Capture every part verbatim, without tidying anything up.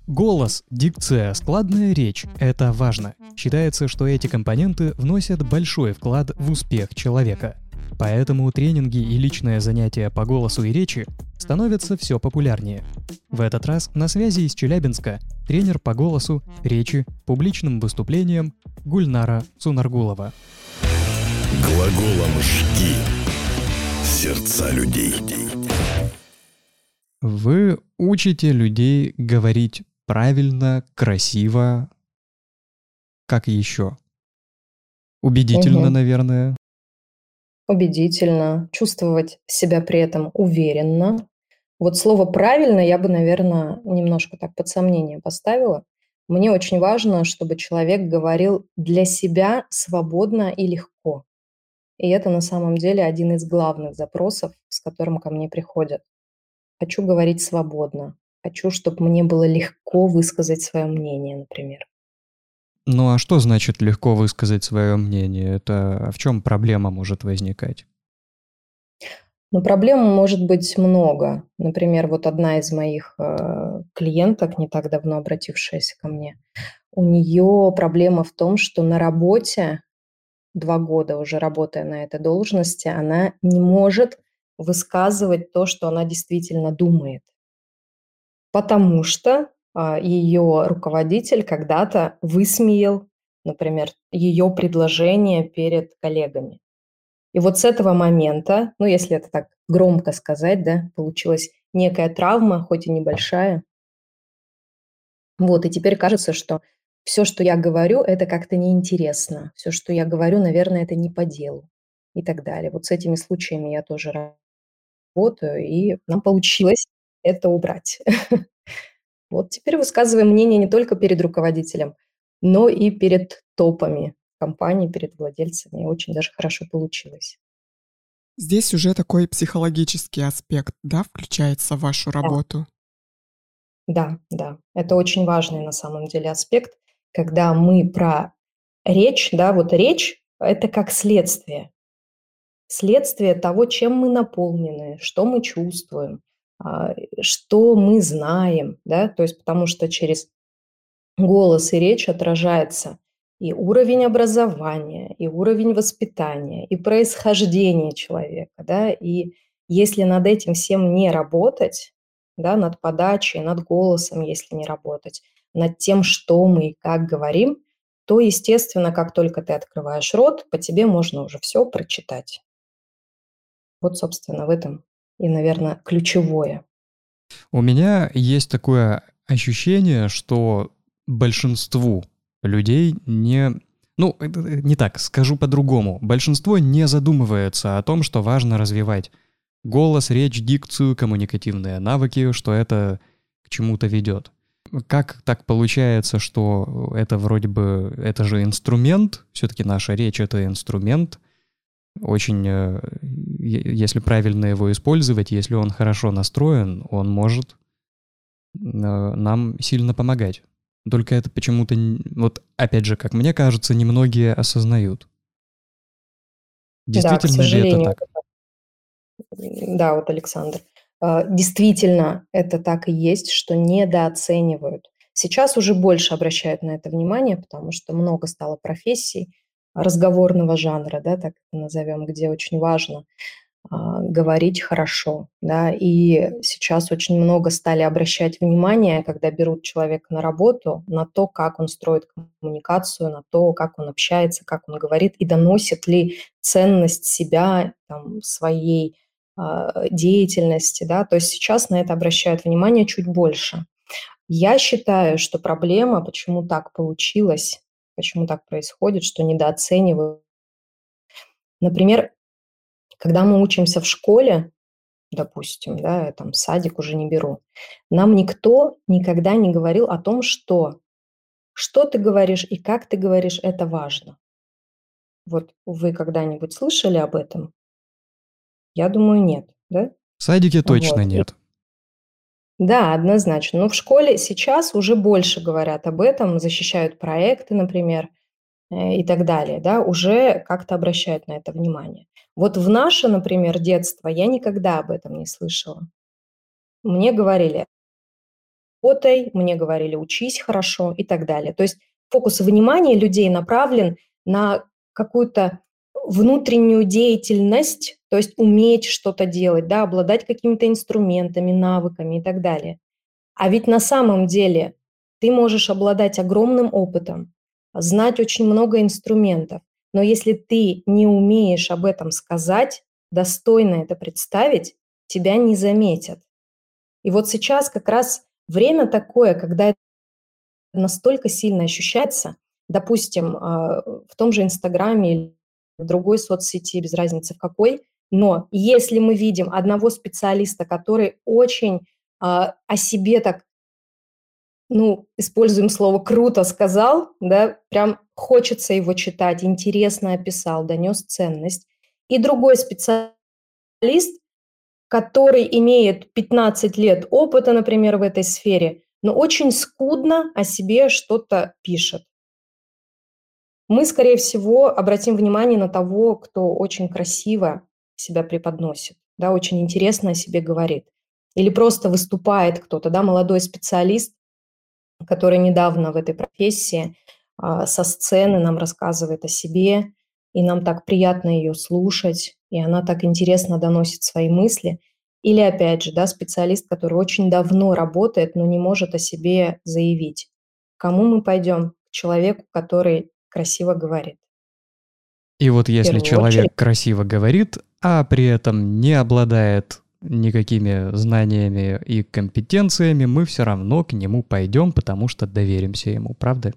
Голос, дикция, складная речь– это важно. Считается, что эти компоненты вносят большой вклад в успех человека. Поэтому тренинги и личные занятия по голосу и речи становятся все популярнее. В этот раз на связи из Челябинска тренер по голосу, речи, публичным выступлениям Гульнара Цунаргулова. Глаголом «жги» сердца людей. Вы учите людей говорить правильно, красиво, как еще? Убедительно, Мгм. наверное. Убедительно, чувствовать себя при этом уверенно. Вот слово "правильно" я бы, наверно, немножко так под сомнение поставила. Мне очень важно, чтобы человек говорил для себя свободно и легко. И это на самом деле один из главных запросов, с которым ко мне приходят. Хочу говорить свободно, хочу, чтоб мне было легко высказать свое мнение, например. Ну а что значит легко высказать свое мнение? Это в чем проблема может возникать? Ну, проблем может быть много. Например, вот одна из моих, э, клиенток, не так давно обратившаяся ко мне, у неё проблема в том, что на работе, два года уже работая на этой должности, она не может высказывать то, что она действительно думает. Потому что, а, её руководитель когда-то высмеял, например, её предложение перед коллегами. И вот с этого момента, ну, если это так громко сказать, да, получилась некая травма, хоть и небольшая. Вот, и теперь кажется, что всё, что я говорю, это как-то неинтересно. Всё, что я говорю, наверное, это не по делу и так далее. Вот с этими случаями я тоже работаю, и нам получилось это убрать. Вот теперь высказываем мнение не только перед руководителем, но и перед топами компании, перед владельцами. И очень даже хорошо получилось. Здесь уже такой психологический аспект, да, включается в вашу Да. работу? Да, да, это очень важный на самом деле аспект, когда мы про речь, да, вот речь- это как следствие. Следствие того, чем мы наполнены, что мы чувствуем, а, что мы знаем, да. То есть потому что через голос и речь отражается и уровень образования, и уровень воспитания, и происхождение человека, да. И если над этим всем не работать, да, над подачей, над голосом если не работать, над тем, что мы и как говорим, то, естественно, как только ты открываешь рот, по тебе можно уже всё прочитать. Вот, собственно, в этом и, наверно, ключевое. У меня есть такое ощущение, что большинству людей не ну, это не так, скажу по-другому. Большинство не задумывается о том, что важно развивать голос, речь, дикцию, коммуникативные навыки, что это к чему-то ведёт. Как так получается, что это вроде бы это же инструмент, всё-таки наша речь- это инструмент, очень, э, е если правильно его использовать, если он хорошо настроен, он может, н нам сильно помогать. Только это почему-то н вот опять же, как мне кажется, немногие осознают. Да, к Действительно ли это сожалению, так? это так. М, да, вот, Александр, а, действительно, это так и есть, что недооценивают. Сейчас уже больше обращают на это внимание, потому что много стало профессий разговорного жанра, да, так это назовём, где очень важно, а, говорить хорошо, да. И сейчас очень много стали обращать внимание, когда берут человека на работу, на то, как он строит коммуникацию, на то, как он общается, как он говорит и доносит ли ценность себя, там, своей, а, деятельности, да. То есть сейчас на это обращают внимание чуть больше. Я считаю, что проблема, почему так получилось, почему так происходит, что недооценивают. Например, когда мы учимся в школе, допустим, да, я там садик уже не беру, нам никто никогда не говорил о том, что что ты говоришь и как ты говоришь- это важно. Вот вы когда-нибудь слышали об этом? Я думаю, нет, да? В садике точно Вот и нет. Да, однозначно. Но в школе сейчас уже больше говорят об этом, защищают проекты, например, э, и так далее, да, уже как-то обращают на это внимание. Вот в наше, например, детство я никогда об этом не слышала. Мне говорили работай, мне говорили, учись хорошо и так далее. То есть фокус внимания людей направлен на какую-то внутреннюю деятельность, то есть уметь что-то делать, да, обладать какими-то инструментами, навыками и так далее. А ведь на самом деле ты можешь обладать огромным опытом, знать очень много инструментов, но если ты не умеешь об этом сказать, достойно это представить, тебя не заметят. И вот сейчас как раз время такое, когда это настолько сильно ощущается, допустим, а, в том же Инстаграме или в другой соцсети, без разницы в какой, но если мы видим одного специалиста, который очень а, о себе так, ну, используем слово «круто» сказал, да, прям хочется его читать, интересно описал, донес ценность, и другой специалист, который имеет пятнадцать лет опыта, например, в этой сфере, но очень скудно о себе что-то пишет. Мы, скорее всего, обратим внимание на того, кто очень красиво себя преподносит, да, очень интересно о себе говорит. Или просто выступает кто-то, да, молодой специалист, который недавно в этой профессии а, со сцены нам рассказывает о себе, и нам так приятно ее слушать, и она так интересно доносит свои мысли. Или, опять же, да, специалист, который очень давно работает, но не может о себе заявить. К кому мы пойдем? К человеку, который красиво говорит. И вот В если первую человек очередь. красиво говорит, а при этом не обладает никакими знаниями и компетенциями, мы все равно к нему пойдем, потому что доверимся ему, правда?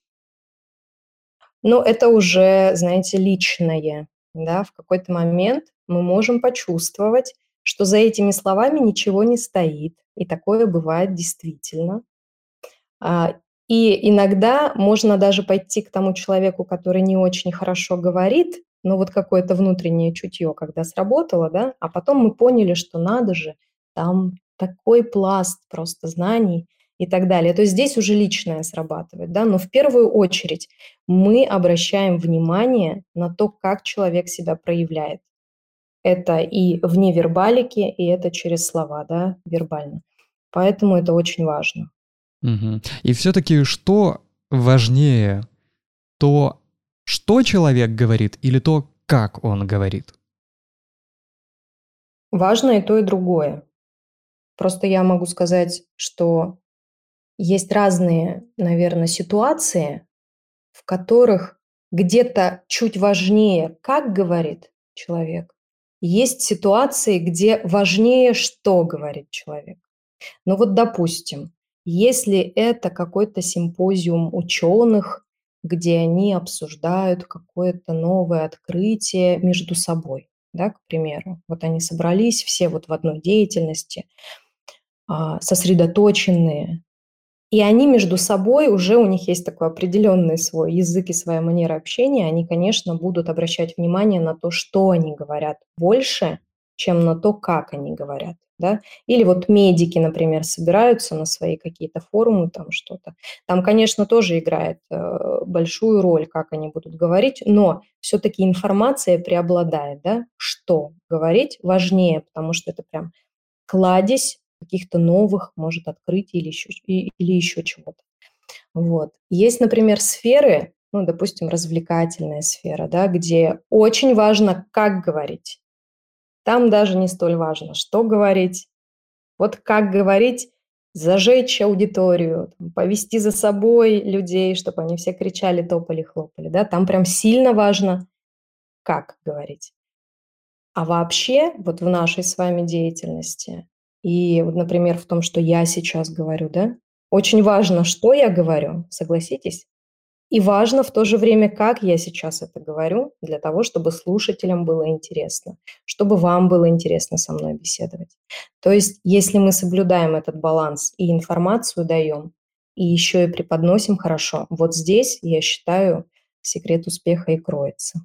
Но это уже, знаете, личное. Да? В какой-то момент мы можем почувствовать, что за этими словами ничего не стоит. И такое бывает действительно. А, И иногда можно даже пойти к тому человеку, который не очень хорошо говорит, но вот какое-то внутреннее чутье, когда сработало, да, а потом мы поняли, что надо же, там такой пласт просто знаний и так далее. То есть здесь уже личное срабатывает, да, но в первую очередь мы обращаем внимание на то, как человек себя проявляет. Это и вне вербалики, и это через слова, да, вербально. Поэтому это очень важно. Мгм. И все-таки что важнее, то, что человек говорит, или то, как он говорит? Важно и то, и другое. Просто я могу сказать, что есть разные, наверное, ситуации, в которых где-то чуть важнее, как говорит человек. Есть ситуации, где важнее, что говорит человек. Ну вот, допустим, если это какой-то симпозиум ученых, где они обсуждают какое-то новое открытие между собой, да, к примеру. Вот они собрались все вот в одной деятельности, а, сосредоточенные, и они между собой уже, у них есть такой определенный свой язык и своя манера общения, они, конечно, будут обращать внимание на то, что они говорят больше, чем на то, как они говорят. Да? Или вот медики, например, собираются на свои какие-то форумы, там что-то. Там, конечно, тоже играет э, большую роль, как они будут говорить, но все-таки информация преобладает. Да? Что говорить важнее, потому что это прям кладезь каких-то новых, может, открытий или еще, или еще чего-то. Вот. Есть, например, сферы, ну, допустим, развлекательная сфера, да, где очень важно, как говорить. Там даже не столь важно, что говорить. Вот как говорить, зажечь аудиторию, там, повести за собой людей, чтобы они все кричали, топали, хлопали. Да? Там прям сильно важно, как говорить. А вообще, вот в нашей с вами деятельности, и вот, например, в том, что я сейчас говорю, да, очень важно, что я говорю, согласитесь? И важно в то же время, как я сейчас это говорю, для того, чтобы слушателям было интересно, чтобы вам было интересно со мной беседовать. То есть, если мы соблюдаем этот баланс и информацию даем, и еще и преподносим хорошо, вот здесь, я считаю, секрет успеха и кроется.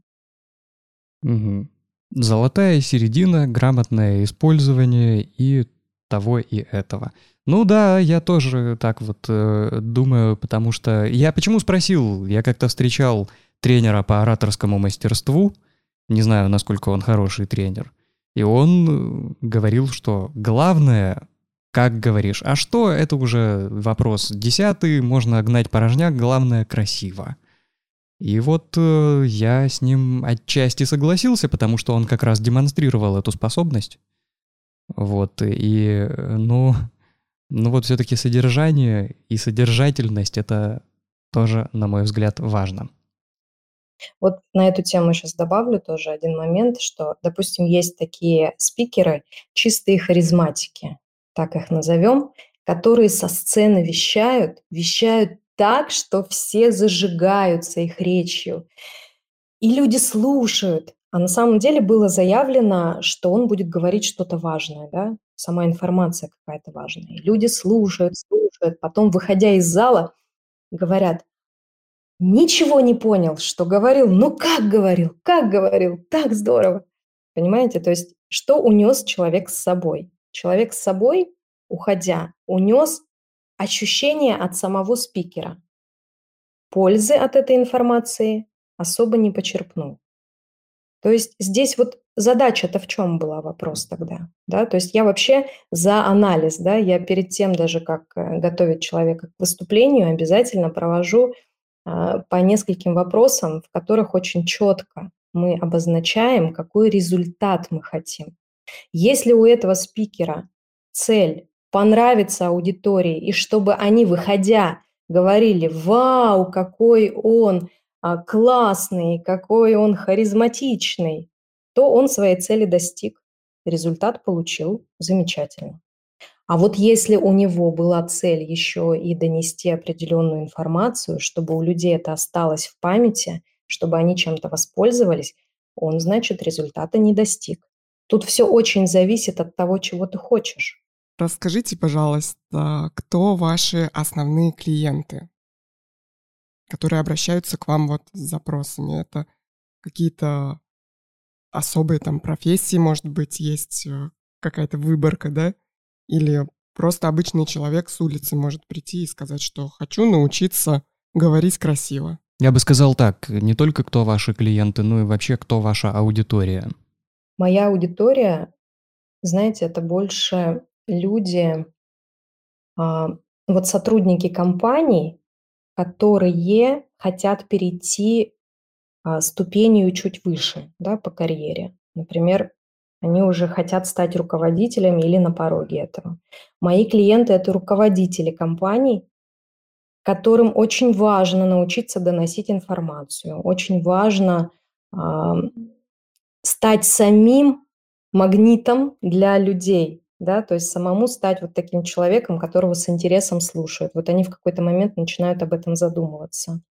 Мгм. Золотая середина, грамотное использование и того и этого. Ну да, я тоже так вот э, думаю, потому что... Я почему спросил? Я как-то встречал тренера по ораторскому мастерству, не знаю, насколько он хороший тренер, и он э, говорил, что главное как говоришь. А что, это уже вопрос десятый, можно гнать порожняк, главное красиво. И вот э, я с ним отчасти согласился, потому что он как раз демонстрировал эту способность. Вот, и, э, ну, ну вот все-таки содержание и содержательность — это тоже, на мой взгляд, важно. Вот на эту тему сейчас добавлю тоже один момент, что, допустим, есть такие спикеры, чистые харизматики, так их назовем, которые со сцены вещают, вещают так, что все зажигаются их речью. И люди слушают. А на самом деле было заявлено, что он будет говорить что-то важное, да? Сама информация какая-то важная. И люди слушают, слушают, потом, выходя из зала, говорят: ничего не понял, что говорил. Ну как говорил, как говорил, так здорово. Понимаете? То есть что унес человек с собой? Человек с собой, уходя, унес ощущение от самого спикера. Пользы от этой информации особо не почерпнул. То есть здесь вот задача-то в чем была, вопрос тогда, да? То есть я вообще за анализ, да, я перед тем даже, как э, готовить человека к выступлению, обязательно провожу а, по нескольким вопросам, в которых очень четко мы обозначаем, какой результат мы хотим. Если у этого спикера цель понравиться аудитории, и чтобы они, выходя, говорили: вау, какой он а, классный, какой он харизматичный, то он своей цели достиг, результат получил замечательно. А вот если у него была цель еще и донести определенную информацию, чтобы у людей это осталось в памяти, чтобы они чем-то воспользовались, он, значит, результата не достиг. Тут все очень зависит от того, чего ты хочешь. Расскажите, пожалуйста, кто ваши основные клиенты, которые обращаются к вам вот с запросами? Это какие-то особые там профессии, может быть, есть э, какая-то выборка, да? Или просто обычный человек с улицы может прийти и сказать, что хочу научиться говорить красиво. Я бы сказал так, не только кто ваши клиенты, но и вообще кто ваша аудитория. Моя аудитория, знаете, это больше люди, а, вот сотрудники компаний, которые хотят перейти а, ступенью чуть выше, да, по карьере. Например, они уже хотят стать руководителями или на пороге этого. Мои клиенты – это руководители компаний, которым очень важно научиться доносить информацию, очень важно а, стать самим магнитом для людей, да, то есть самому стать вот таким человеком, которого с интересом слушают. Вот они в какой-то момент начинают об этом задумываться.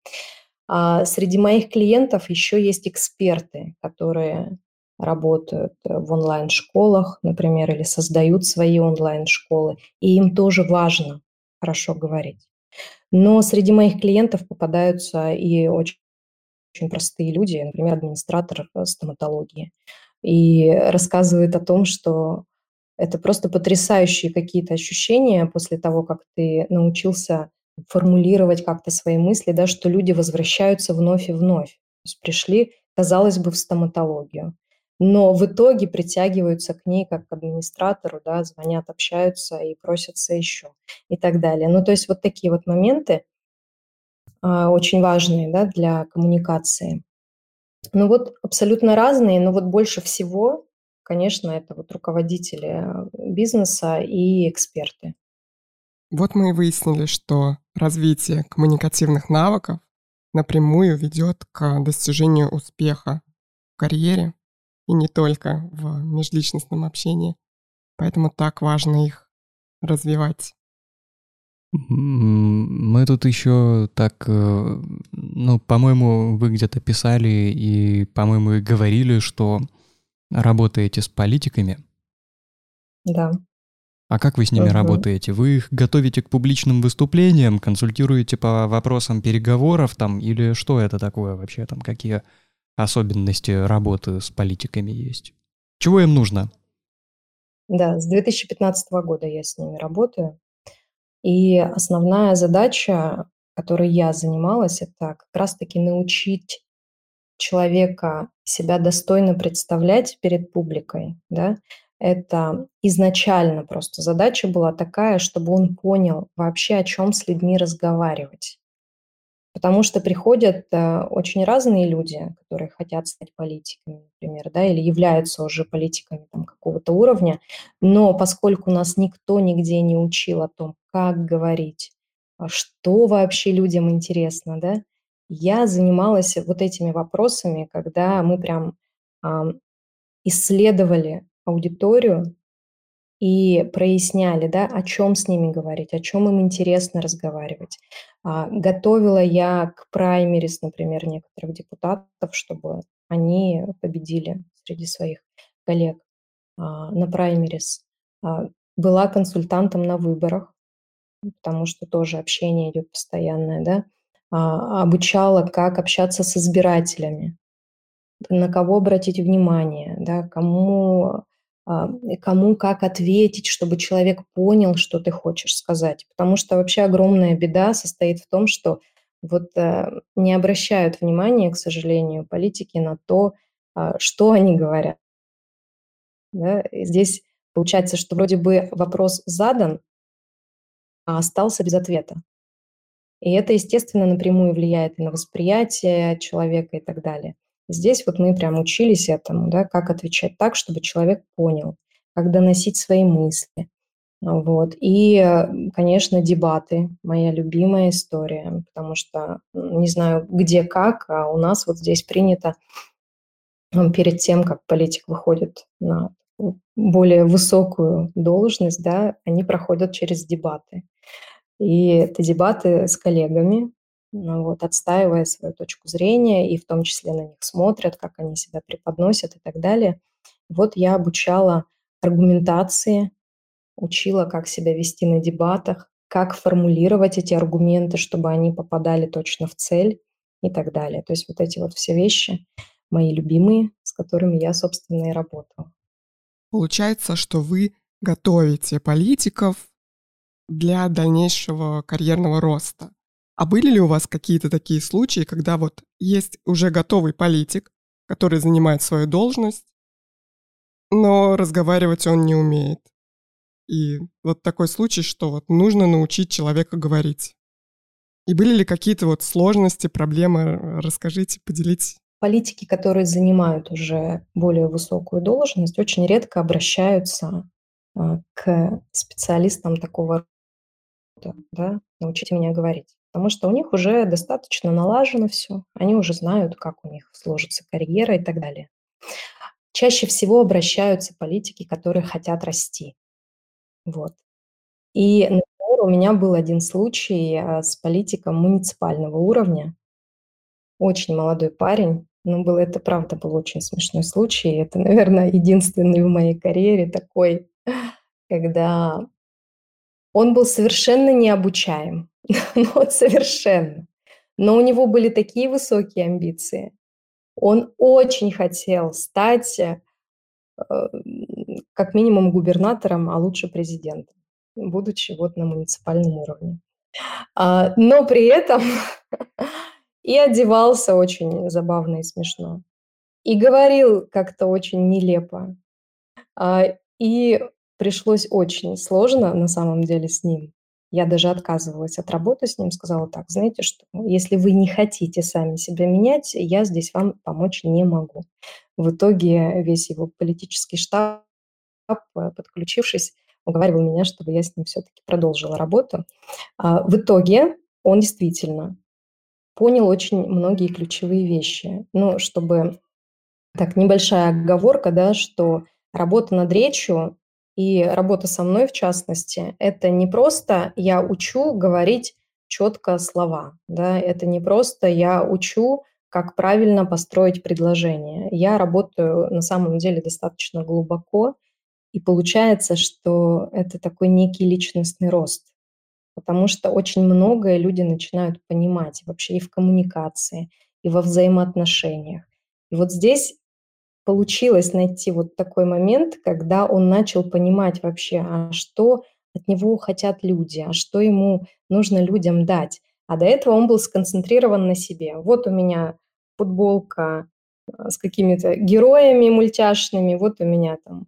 А среди моих клиентов еще есть эксперты, которые работают в онлайн-школах, например, или создают свои онлайн-школы, и им тоже важно хорошо говорить. Но среди моих клиентов попадаются и очень, очень простые люди, например, администратор э, стоматологии, и рассказывает о том, что это просто потрясающие какие-то ощущения после того, как ты научился формулировать как-то свои мысли, да, что люди возвращаются вновь и вновь. То есть пришли, казалось бы, в стоматологию, но в итоге притягиваются к ней как к администратору, да, звонят, общаются и просятся еще и так далее. Ну, то есть вот такие вот моменты а, очень важные, да, для коммуникации. Ну вот абсолютно разные, но вот больше всего, конечно, это вот руководители э, бизнеса и эксперты. Вот мы и выяснили, что развитие коммуникативных навыков напрямую ведет к достижению успеха в карьере и не только в межличностном общении. Поэтому так важно их развивать. М, Мы тут еще так, э, ну, по-моему, вы где-то писали и, по-моему, и говорили, что работаете с политиками. Да. А как вы с ними Мгм. работаете? Вы их готовите к публичным выступлениям, консультируете по вопросам переговоров там, или что это такое вообще там, какие особенности работы с политиками есть? Чего им нужно? Да, с две тысячи пятнадцатого года я с ними работаю. И основная задача, которой я занималась, это как раз-таки научить человека себя достойно представлять перед публикой, да, Это изначально просто задача была такая, чтобы он понял вообще, о чем с людьми разговаривать. Потому что приходят э, очень разные люди, которые хотят стать политиками, например, да, или являются уже политиками там, какого-то уровня, но поскольку нас никто нигде не учил о том, как говорить, а что вообще людям интересно, да, я занималась вот этими вопросами, когда мы прям ам, исследовали аудиторию и проясняли, да, о чем с ними говорить, о чем им интересно разговаривать. А, готовила я к праймерис, например, некоторых депутатов, чтобы они победили среди своих коллег а, на праймерис. А, была консультантом на выборах, потому что тоже общение идет постоянное, да. А, обучала, как общаться с избирателями, на кого обратить внимание, да, кому, а, кому как ответить, чтобы человек понял, что ты хочешь сказать. Потому что вообще огромная беда состоит в том, что вот э, не обращают внимания, к сожалению, политики на то, а, что они говорят. Да. И здесь получается, что вроде бы вопрос задан, а остался без ответа. И это, естественно, напрямую влияет и на восприятие человека и так далее. Здесь вот мы прям учились этому, да, как отвечать так, чтобы человек понял, как доносить свои мысли. А, Вот. И, э, конечно, дебаты– моя любимая история, потому что м, не знаю, где как, а у нас вот здесь принято м, перед тем, как политик выходит на более высокую должность, да, они проходят через дебаты. И это дебаты с коллегами, ну вот, отстаивая свою точку зрения, и в том числе на них смотрят, как они себя преподносят и так далее. Вот я обучала аргументации, учила, как себя вести на дебатах, как формулировать эти аргументы, чтобы они попадали точно в цель и так далее. То есть вот эти вот все вещи мои любимые, с которыми я, собственно, и работала. Получается, что вы готовите политиков для дальнейшего карьерного роста. А были ли у вас какие-то такие случаи, когда вот есть уже готовый политик, который занимает свою должность, но разговаривать он не умеет? И вот такой случай, что вот нужно научить человека говорить. И были ли какие-то вот сложности, проблемы? Расскажите, поделитесь. Политики, которые занимают уже более высокую должность, очень редко обращаются а, к специалистам такого рода, да, научите меня говорить. Потому что у них уже достаточно налажено все, они уже знают, как у них сложится карьера и так далее. Чаще всего обращаются политики, которые хотят расти. Вот. И, например, у меня был один случай а, с политиком муниципального уровня, очень молодой парень. Ну, было это правда был очень смешной случай. Это, наверное, единственный в моей карьере такой, когда он был совершенно необучаем. Ну, вот совершенно. Но у него были такие высокие амбиции. Он очень хотел стать, э, м, как минимум губернатором, а лучше президентом, будучи вот на муниципальном уровне. А, но при этом и одевался очень забавно и смешно. И говорил как-то очень нелепо. А, и пришлось очень сложно на самом деле с ним. Я даже отказывалась от работы с ним, сказала так: знаете что, ну, если вы не хотите сами себя менять, я здесь вам помочь не могу. В итоге весь его политический штаб, э, подключившись, уговаривал меня, чтобы я с ним все-таки продолжила работу. А, в итоге он действительно понял очень многие ключевые вещи. Ну, чтобы так, небольшая оговорка, да, что работа над речью и работа со мной, в частности, это не просто я учу говорить четко слова, да, это не просто я учу, как правильно построить предложение. Я работаю на самом деле достаточно глубоко, и получается, что это такой некий личностный рост, потому что очень многое люди начинают понимать вообще и в коммуникации, и во взаимоотношениях. И вот здесь получилось найти вот такой момент, когда он начал понимать вообще, а что от него хотят люди, а что ему нужно людям дать. А до этого он был сконцентрирован на себе. Вот у меня футболка а, с какими-то героями мультяшными, вот у меня там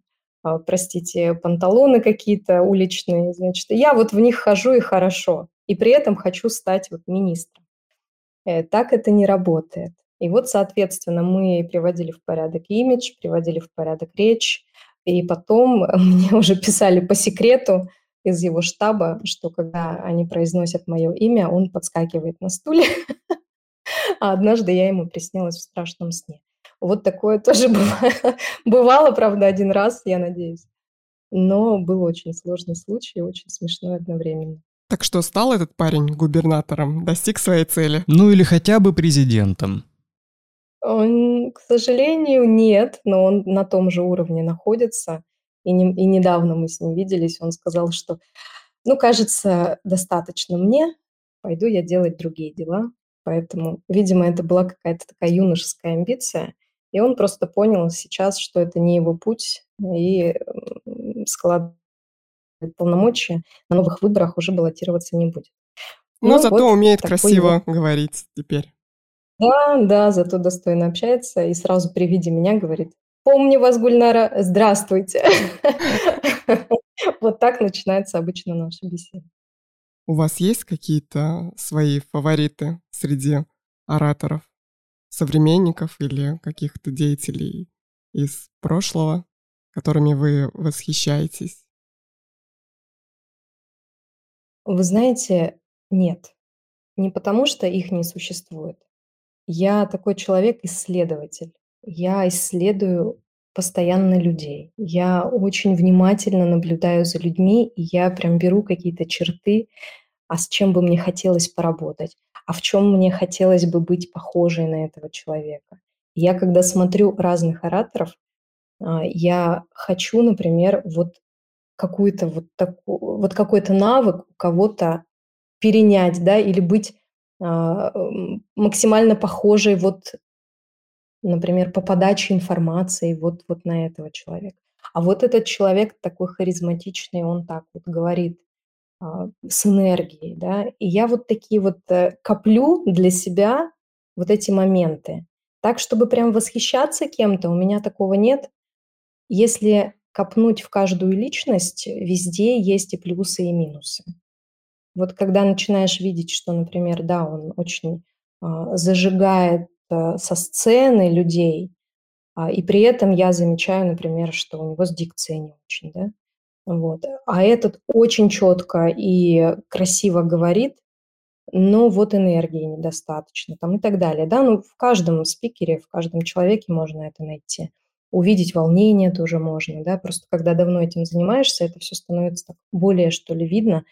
а, простите, панталоны какие-то уличные, значит, я вот в них хожу и хорошо, и при этом хочу стать вот министром. Э, так это не работает. И вот, соответственно, мы приводили в порядок имидж, приводили в порядок речь, и потом мне уже писали по секрету из его штаба, что когда они произносят мое имя, он подскакивает на стуле, а однажды я ему приснилась в страшном сне. Вот такое тоже бывало, бывало, правда, один раз, я надеюсь, но был очень сложный случай и очень смешной одновременно. Так что стал этот парень губернатором, достиг своей цели? Ну или хотя бы президентом. Он, к сожалению, нет, но он на том же уровне находится. И, не, и недавно мы с ним виделись, он сказал, что, ну, кажется, достаточно мне, пойду я делать другие дела. Поэтому, видимо, это была какая-то такая юношеская амбиция, и он просто понял сейчас, что это не его путь, и м, складывает полномочия, на новых выборах уже баллотироваться не будет. Но Ну зато вот умеет такой его. красиво говорить теперь. Да, да, зато достойно общается и сразу при виде меня говорит: «Помню вас, Гульнара, здравствуйте». Вот так начинается обычно наша беседа. У вас есть какие-то свои фавориты среди ораторов, современников или каких-то деятелей из прошлого, которыми вы восхищаетесь? Вы знаете, нет, не потому что их не существует. Я такой человек-исследователь. Я исследую постоянно людей. Я очень внимательно наблюдаю за людьми, и я прям беру какие-то черты, а с чем бы мне хотелось поработать, а в чем мне хотелось бы быть похожей на этого человека. Я когда смотрю разных ораторов, а, я хочу, например, вот какую-то вот таку вот какой-то навык у кого-то перенять, да, или быть, а, м, максимально похожей вот, например, по подаче информации вот вот на этого человека. А вот этот человек такой харизматичный, он так вот говорит, а, с энергией, да. И я вот такие вот, э, коплю для себя вот эти моменты. Так, чтобы прям восхищаться кем-то, у меня такого нет. Если копнуть в каждую личность, везде есть и плюсы, и минусы. Вот когда начинаешь видеть, что, например, да, он очень, а, зажигает, а, со сцены людей, а, и при этом я замечаю, например, что у него с дикцией не очень, да. Вот. А этот очень четко и красиво говорит, но вот энергии недостаточно там и так далее. Да, ну, в каждом спикере, в каждом человеке можно это найти. Увидеть волнение тоже можно, да, просто когда давно этим занимаешься, это все становится так более, что ли, видно.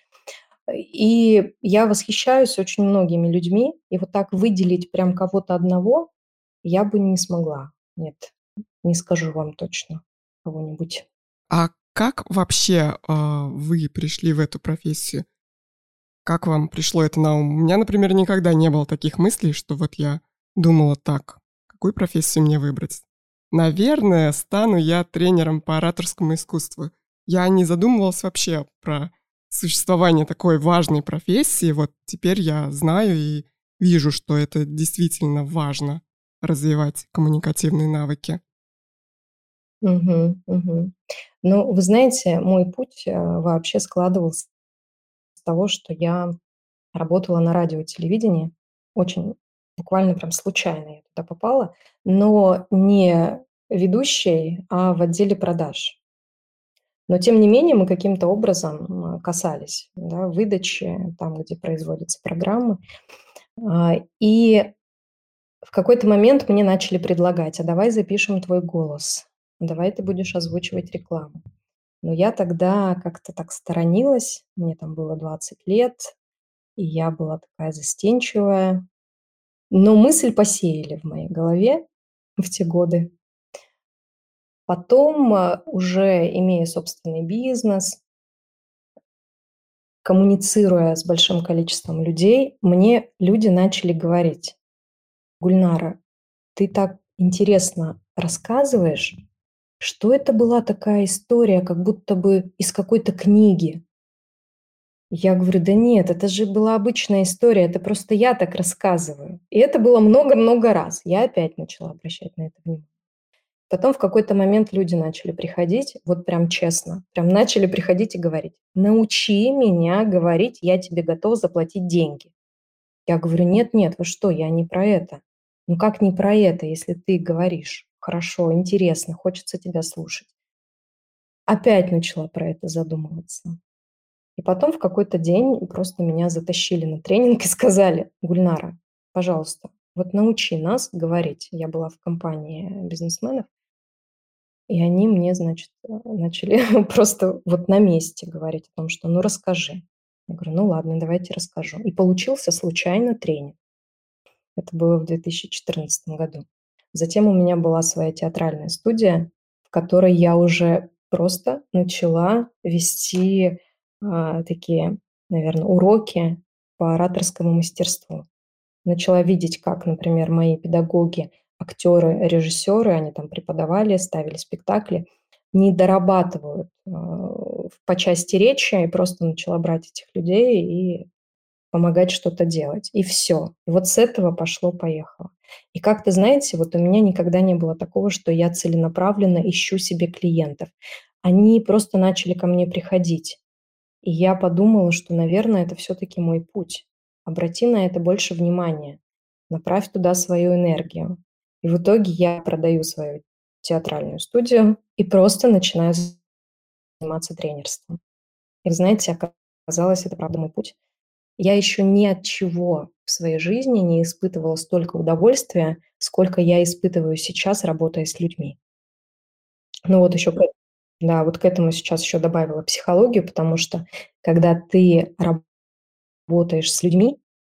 И я восхищаюсь очень многими людьми, и вот так выделить прям кого-то одного я бы не смогла. Нет, не скажу вам точно кого-нибудь. А как вообще а, вы пришли в эту профессию? Как вам пришло это на ум? У меня, например, никогда не было таких мыслей, что вот я думала так, какую профессию мне выбрать? Наверное, стану я тренером по ораторскому искусству. Я не задумывалась вообще про существование такой важной профессии. Вот теперь я знаю и вижу, что это действительно важно развивать коммуникативные навыки. Мгм, мгм. Ну, вы знаете, мой путь, э, вообще складывался с того, что я работала на радио и телевидении. Очень буквально прям случайно я туда попала, но не ведущей, а в отделе продаж. Но тем не менее мы каким-то образом, а, касались, да, выдачи, там, где производятся программы. А, и в какой-то момент мне начали предлагать: «А давай запишем твой голос, давай ты будешь озвучивать рекламу». Но я тогда как-то так сторонилась, мне там было двадцать лет, и я была такая застенчивая. Но мысль посеяли в моей голове в те годы. Потом, а, уже имея собственный бизнес, коммуницируя с большим количеством людей, мне люди начали говорить: «Гульнара, ты так интересно рассказываешь, что это была такая история, как будто бы из какой-то книги». Я говорю: «Да нет, это же была обычная история, это просто я так рассказываю». И это было много-много раз. Я опять начала обращать на это внимание. Потом в какой-то момент люди начали приходить, вот прям честно, прям начали приходить и говорить: научи меня говорить, я тебе готов заплатить деньги. Я говорю: нет, нет, вы что, я не про это. Ну как не про это, если ты говоришь хорошо, интересно, хочется тебя слушать. Опять начала про это задумываться. И потом в какой-то день просто меня затащили на тренинг и сказали: Гульнара, пожалуйста, вот научи нас говорить. Я была в компании бизнесменов, и они мне, значит, э, начали просто вот на месте говорить о том, что ну расскажи. Я говорю: ну ладно, давайте расскажу. И получился случайно тренинг. Это было в две тысячи четырнадцатом году. Затем у меня была своя театральная студия, в которой я уже просто начала вести а, такие, наверное, уроки по ораторскому мастерству. Начала видеть, как, например, мои педагоги, актеры, режиссеры, они там преподавали, ставили спектакли, не дорабатывают а, в- по части речи, и просто начала брать этих людей и помогать что-то делать. И все. И вот с этого пошло-поехало. И как-то, знаете, вот у меня никогда не было такого, что я целенаправленно ищу себе клиентов. Они просто начали ко мне приходить. И я подумала, что, наверное, это все-таки мой путь. Обрати на это больше внимания, направь туда свою энергию. И в итоге я продаю свою театральную студию и просто начинаю заниматься тренерством. И вы знаете, оказалось, это правда мой путь. Я еще ни от чего в своей жизни не испытывала столько удовольствия, сколько я испытываю сейчас, работая с людьми. Ну вот еще, да, вот к этому сейчас еще добавила психологию, потому что когда ты работаешь с людьми,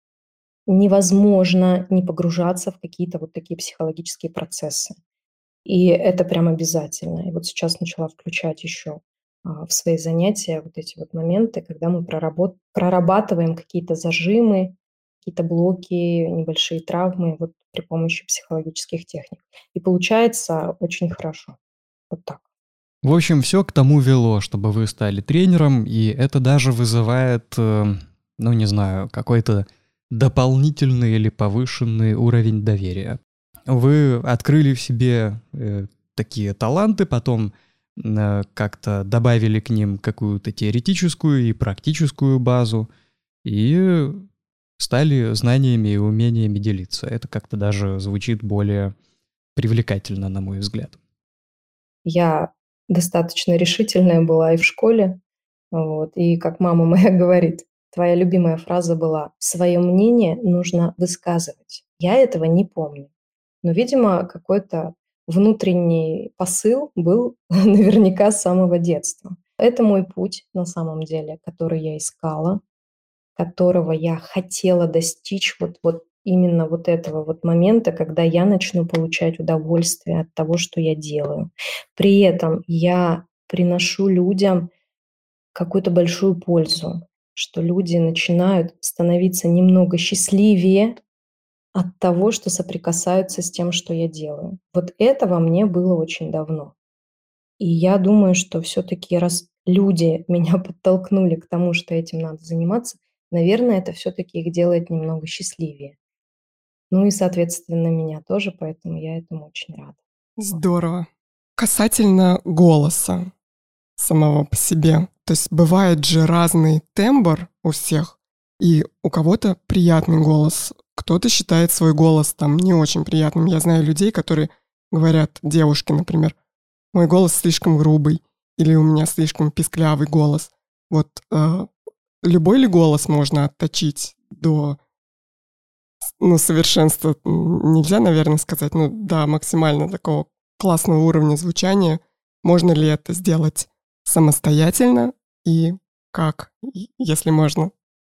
невозможно не погружаться в какие-то вот такие психологические процессы. И это прям обязательно. И вот сейчас начала включать еще а, в свои занятия вот эти вот моменты, когда мы проработ- прорабатываем какие-то зажимы, какие-то блоки, небольшие травмы вот при помощи психологических техник. И получается очень хорошо. Вот так. В общем, все к тому вело, чтобы вы стали тренером, и это даже вызывает, э, ну не знаю, какой-то дополнительный или повышенный уровень доверия. Вы открыли в себе э, такие таланты, потом э, как-то добавили к ним какую-то теоретическую и практическую базу, и стали знаниями и умениями делиться. Это как-то даже звучит более привлекательно, на мой взгляд. Я достаточно решительная была и в школе, вот, и как мама моя говорит, твоя любимая фраза была: «Свое мнение нужно высказывать». Я этого не помню, но, видимо, какой-то внутренний посыл был наверняка с самого детства. Это мой путь на самом деле, который я искала, которого я хотела достичь, вот, вот именно вот этого вот момента, когда я начну получать удовольствие от того, что я делаю. При этом я приношу людям какую-то большую пользу, что люди начинают становиться немного счастливее от того, что соприкасаются с тем, что я делаю. Вот это во мне было очень давно. И я думаю, что все-таки раз люди меня подтолкнули к тому, что этим надо заниматься, наверное, это все-таки их делает немного счастливее. Ну и, соответственно, меня тоже, поэтому я этому очень рада. Здорово. Касательно голоса самого по себе. То есть бывает же разный тембр у всех, и у кого-то приятный голос, кто-то считает свой голос там не очень приятным. Я знаю людей, которые говорят, девушки, например, мой голос слишком грубый, или у меня слишком писклявый голос. Вот э, любой ли голос можно отточить до ну, совершенства? М, Нельзя, наверное, сказать, ну да, максимально такого классного уровня звучания. Можно ли это сделать самостоятельно и как, и- если можно?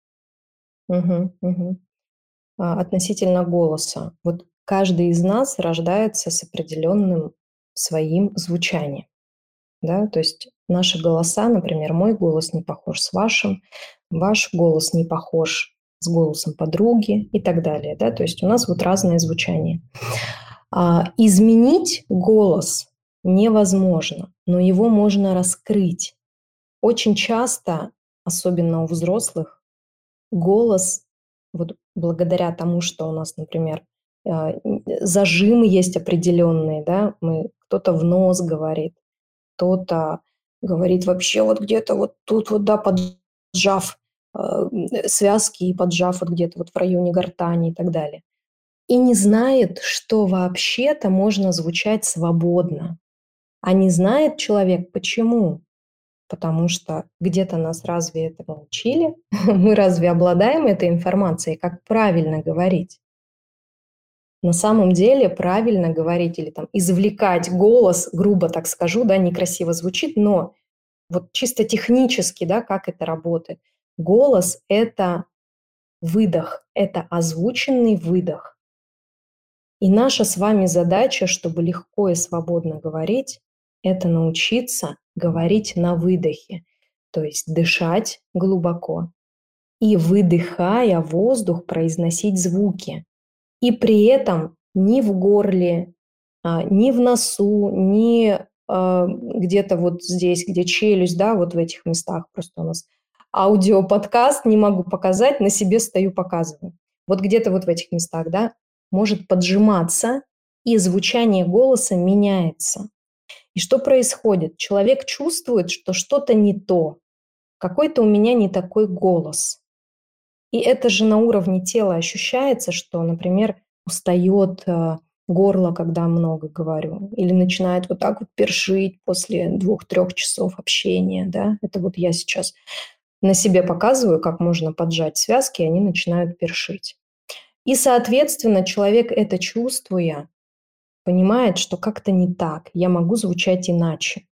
Мгм, мгм. А, Относительно голоса. Вот каждый из нас рождается с определенным своим звучанием. Да? То есть наши голоса, например, мой голос не похож с вашим, ваш голос не похож с голосом подруги и так далее. Да? То есть у нас вот разное звучание. А, изменить голос невозможно, но его можно раскрыть. Очень часто, особенно у взрослых, голос, вот благодаря тому, что у нас, например, а, н- зажимы есть определенные, да, мы кто-то в нос говорит, кто-то говорит вообще вот где-то вот тут вот, да, поджав э, связки и поджав вот где-то вот в районе гортани и так далее. И не знает, что вообще-то можно звучать свободно. А не знает человек почему? Потому что где-то нас разве этому учили? Мы разве обладаем этой информацией, как правильно говорить? На самом деле правильно говорить или там извлекать голос, грубо так скажу, да, некрасиво звучит, но вот чисто технически, да, как это работает. Голос – это выдох, это озвученный выдох. И наша с вами задача, чтобы легко и свободно говорить, это научиться говорить на выдохе, то есть дышать глубоко и, выдыхая воздух, произносить звуки. И при этом ни в горле, а, ни в носу, ни а, где-то вот здесь, где челюсть, да, вот в этих местах, просто у нас аудиоподкаст, не могу показать, на себе стою, показываю. Вот где-то вот в этих местах, да, может поджиматься, и звучание голоса меняется. И что происходит? Человек чувствует, что что-то не то, какой-то у меня не такой голос. И это же на уровне тела ощущается, что, например, устает э, горло, когда много говорю, или начинает вот так вот першить после двух-трех часов общения, да. Это вот я сейчас на себе показываю, как можно поджать связки, и они начинают першить. И, соответственно, человек, это чувствуя, понимает, что как-то не так, я могу звучать иначе.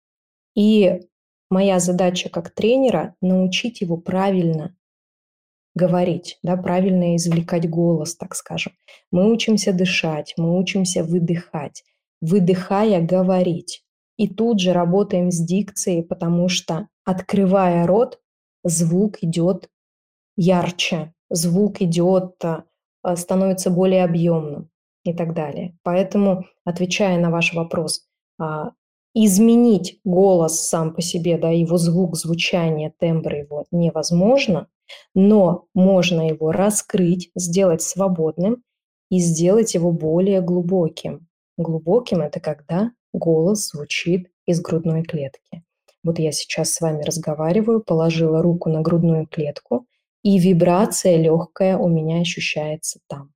И моя задача как тренера – научить его правильно говорить, да, правильно извлекать голос, так скажем. Мы учимся дышать, мы учимся выдыхать, выдыхая говорить. И тут же работаем с дикцией, потому что, открывая рот, звук идет ярче, звук идет, а, становится более объемным и так далее. Поэтому, отвечая на ваш вопрос, а, изменить голос сам по себе, да, его звук, звучание, тембр его невозможно, но можно его раскрыть, сделать свободным и сделать его более глубоким. Глубоким – это когда голос звучит из грудной клетки. Вот я сейчас с вами разговариваю, положила руку на грудную клетку, и вибрация легкая у меня ощущается там.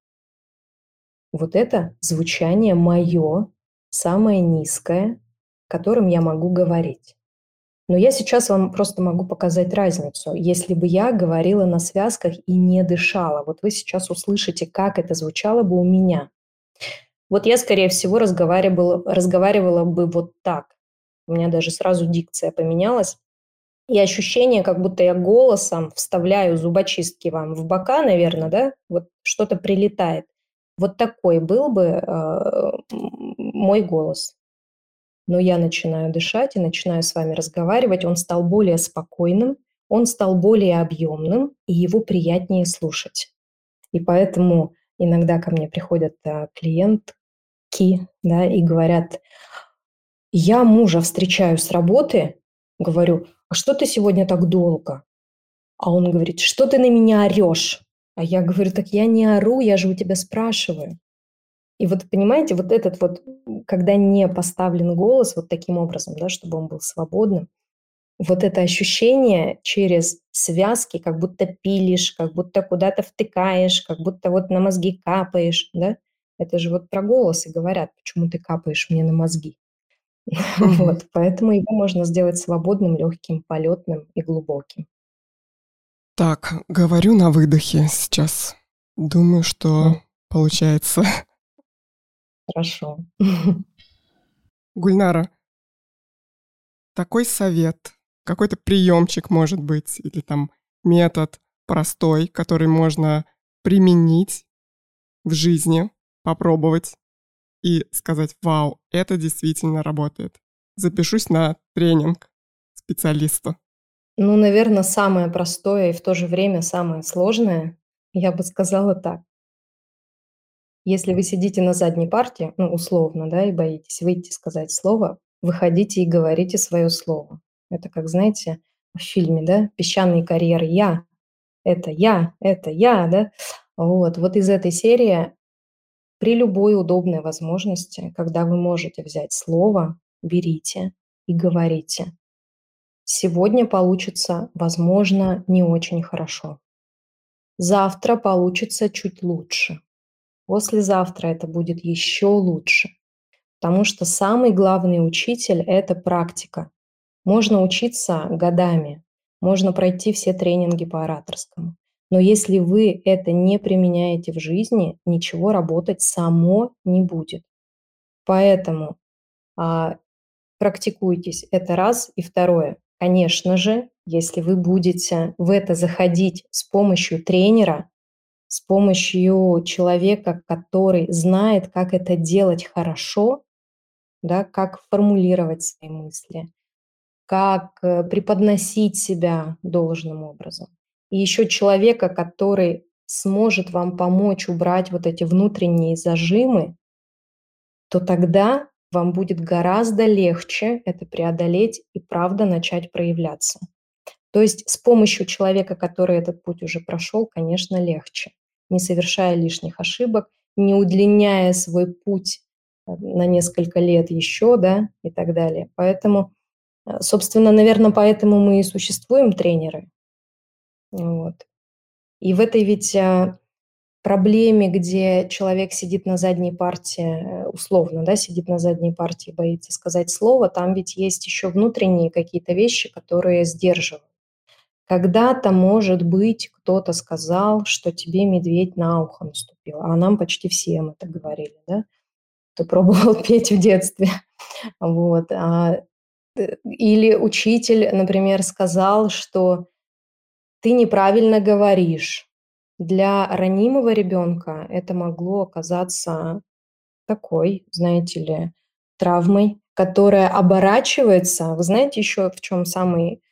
Вот это звучание мое, самое низкое, которым я могу говорить. Но я сейчас вам просто могу показать разницу. Если бы я говорила на связках и не дышала, вот вы сейчас услышите, как это звучало бы у меня. Вот я, скорее всего, разговаривала, разговаривала бы вот так. У меня даже сразу дикция поменялась. И ощущение, как будто я голосом вставляю зубочистки вам в бока, наверное, да? Вот что-то прилетает. Вот такой был бы э, мой голос. Но я начинаю дышать и начинаю с вами разговаривать. Он стал более спокойным, он стал более объемным, и его приятнее слушать. И поэтому иногда ко мне приходят а, клиентки, да, и говорят: я мужа встречаю с работы, говорю: а что ты сегодня так долго? А он говорит: что ты на меня орешь? А я говорю: так я не ору, я же у тебя спрашиваю. И вот понимаете, вот этот вот, когда не поставлен голос вот таким образом, да, чтобы он был свободным, вот это ощущение через связки, как будто пилишь, как будто куда-то втыкаешь, как будто вот на мозги капаешь, да, это же вот про голос и говорят, почему ты капаешь мне на мозги. Мгм. Вот, поэтому его можно сделать свободным, легким, полетным и глубоким. Так, говорю на выдохе сейчас. Думаю, что М, получается. Хорошо. Гульнара, такой совет, какой-то приемчик, может быть, или там метод простой, который можно применить в жизни, попробовать и сказать: вау, это действительно работает. Запишусь на тренинг специалиста. Ну, наверное, самое простое и в то же время самое сложное, я бы сказала так. Если вы сидите на задней парте, ну, условно, да, и боитесь выйти сказать слово, выходите и говорите свое слово. Это как, знаете, в фильме, да, «Песчаный карьер», я, это я, это я, да. Вот, вот из этой серии при любой удобной возможности, когда вы можете взять слово, берите и говорите. Сегодня получится, возможно, не очень хорошо. Завтра получится чуть лучше. Послезавтра это будет еще лучше. Потому что самый главный учитель – это практика. Можно учиться годами, можно пройти все тренинги по ораторскому. Но если вы это не применяете в жизни, ничего работать само не будет. Поэтому а, практикуйтесь. Это раз. И второе. Конечно же, если вы будете в это заходить с помощью тренера, с помощью человека, который знает, как это делать хорошо, да, как формулировать свои мысли, как преподносить себя должным образом. И еще человека, который сможет вам помочь убрать вот эти внутренние зажимы, то тогда вам будет гораздо легче это преодолеть и правда начать проявляться. То есть с помощью человека, который этот путь уже прошел, конечно, легче, не совершая лишних ошибок, не удлиняя свой путь на несколько лет еще, да, и так далее. Поэтому, собственно, наверное, поэтому мы и существуем, тренеры. Вот. И в этой ведь проблеме, где человек сидит на задней партии, условно, да, сидит на задней партии и боится сказать слово, там ведь есть еще внутренние какие-то вещи, которые сдерживают. Когда-то, может быть, кто-то сказал, что тебе медведь на ухо наступил, а нам почти всем это говорили, да, кто пробовал петь в детстве. Вот. Или учитель, например, сказал, что ты неправильно говоришь. Для ранимого ребенка это могло оказаться такой, знаете ли, травмой, которая оборачивается. Вы знаете еще, в чем самый,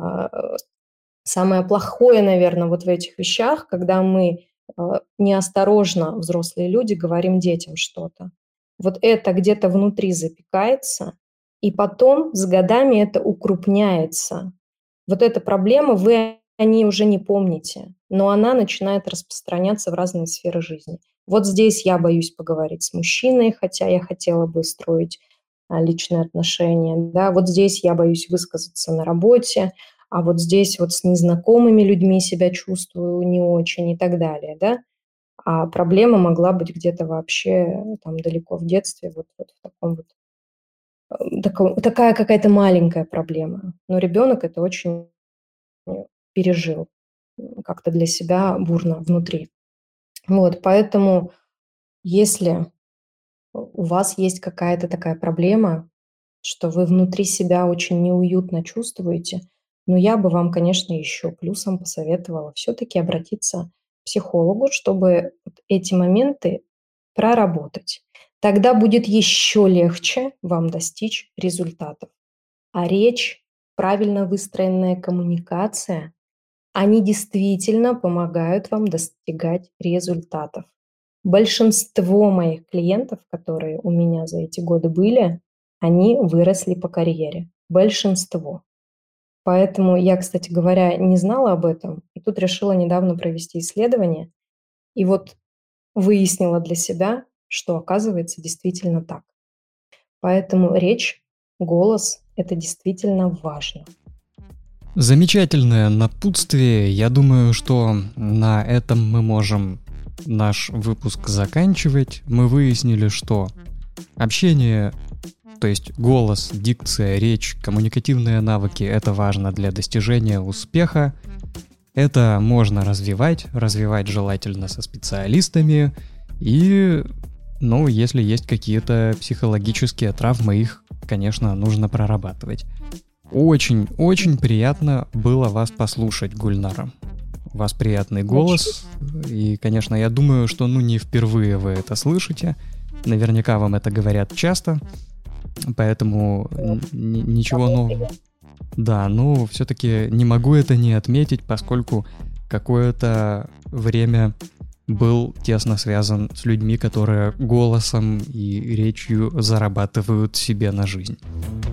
самое плохое, наверное, вот в этих вещах, когда мы неосторожно, взрослые люди, говорим детям что-то. Вот это где-то внутри запекается, и потом с годами это укрупняется. Вот эта проблема, вы о ней уже не помните, но она начинает распространяться в разные сферы жизни. Вот здесь я боюсь поговорить с мужчиной, хотя я хотела бы строить личные отношения. Да? Вот здесь я боюсь высказаться на работе, а вот здесь вот с незнакомыми людьми себя чувствую не очень и так далее. Да? А проблема могла быть где-то вообще там далеко в детстве, вот, вот в таком вот, таком, такая какая-то маленькая проблема. Но ребенок это очень пережил как-то для себя бурно внутри. Вот, поэтому если у вас есть какая-то такая проблема, что вы внутри себя очень неуютно чувствуете, ну, я бы вам, конечно, еще плюсом посоветовала все-таки обратиться к психологу, чтобы эти моменты проработать. Тогда будет еще легче вам достичь результатов. А речь, правильно выстроенная коммуникация, они действительно помогают вам достигать результатов. Большинство моих клиентов, которые у меня за эти годы были, они выросли по карьере. Большинство. Поэтому я, кстати говоря, не знала об этом, и тут решила недавно провести исследование, и вот выяснила для себя, что оказывается действительно так. Поэтому речь, голос – это действительно важно. Замечательное напутствие. Я думаю, что на этом мы можем наш выпуск заканчивать. Мы выяснили, что общение, то есть голос, дикция, речь, коммуникативные навыки — это важно для достижения успеха. Это можно развивать, развивать желательно со специалистами. И, ну, если есть какие-то психологические травмы, их, конечно, нужно прорабатывать. Очень-очень приятно было вас послушать, Гульнара. У вас приятный голос, и, конечно, я думаю, что, ну, не впервые вы это слышите. Наверняка вам это говорят часто, поэтому н- ничего нового. Да, но все-таки не могу это не отметить, поскольку какое-то время был тесно связан с людьми, которые голосом и речью зарабатывают себе на жизнь.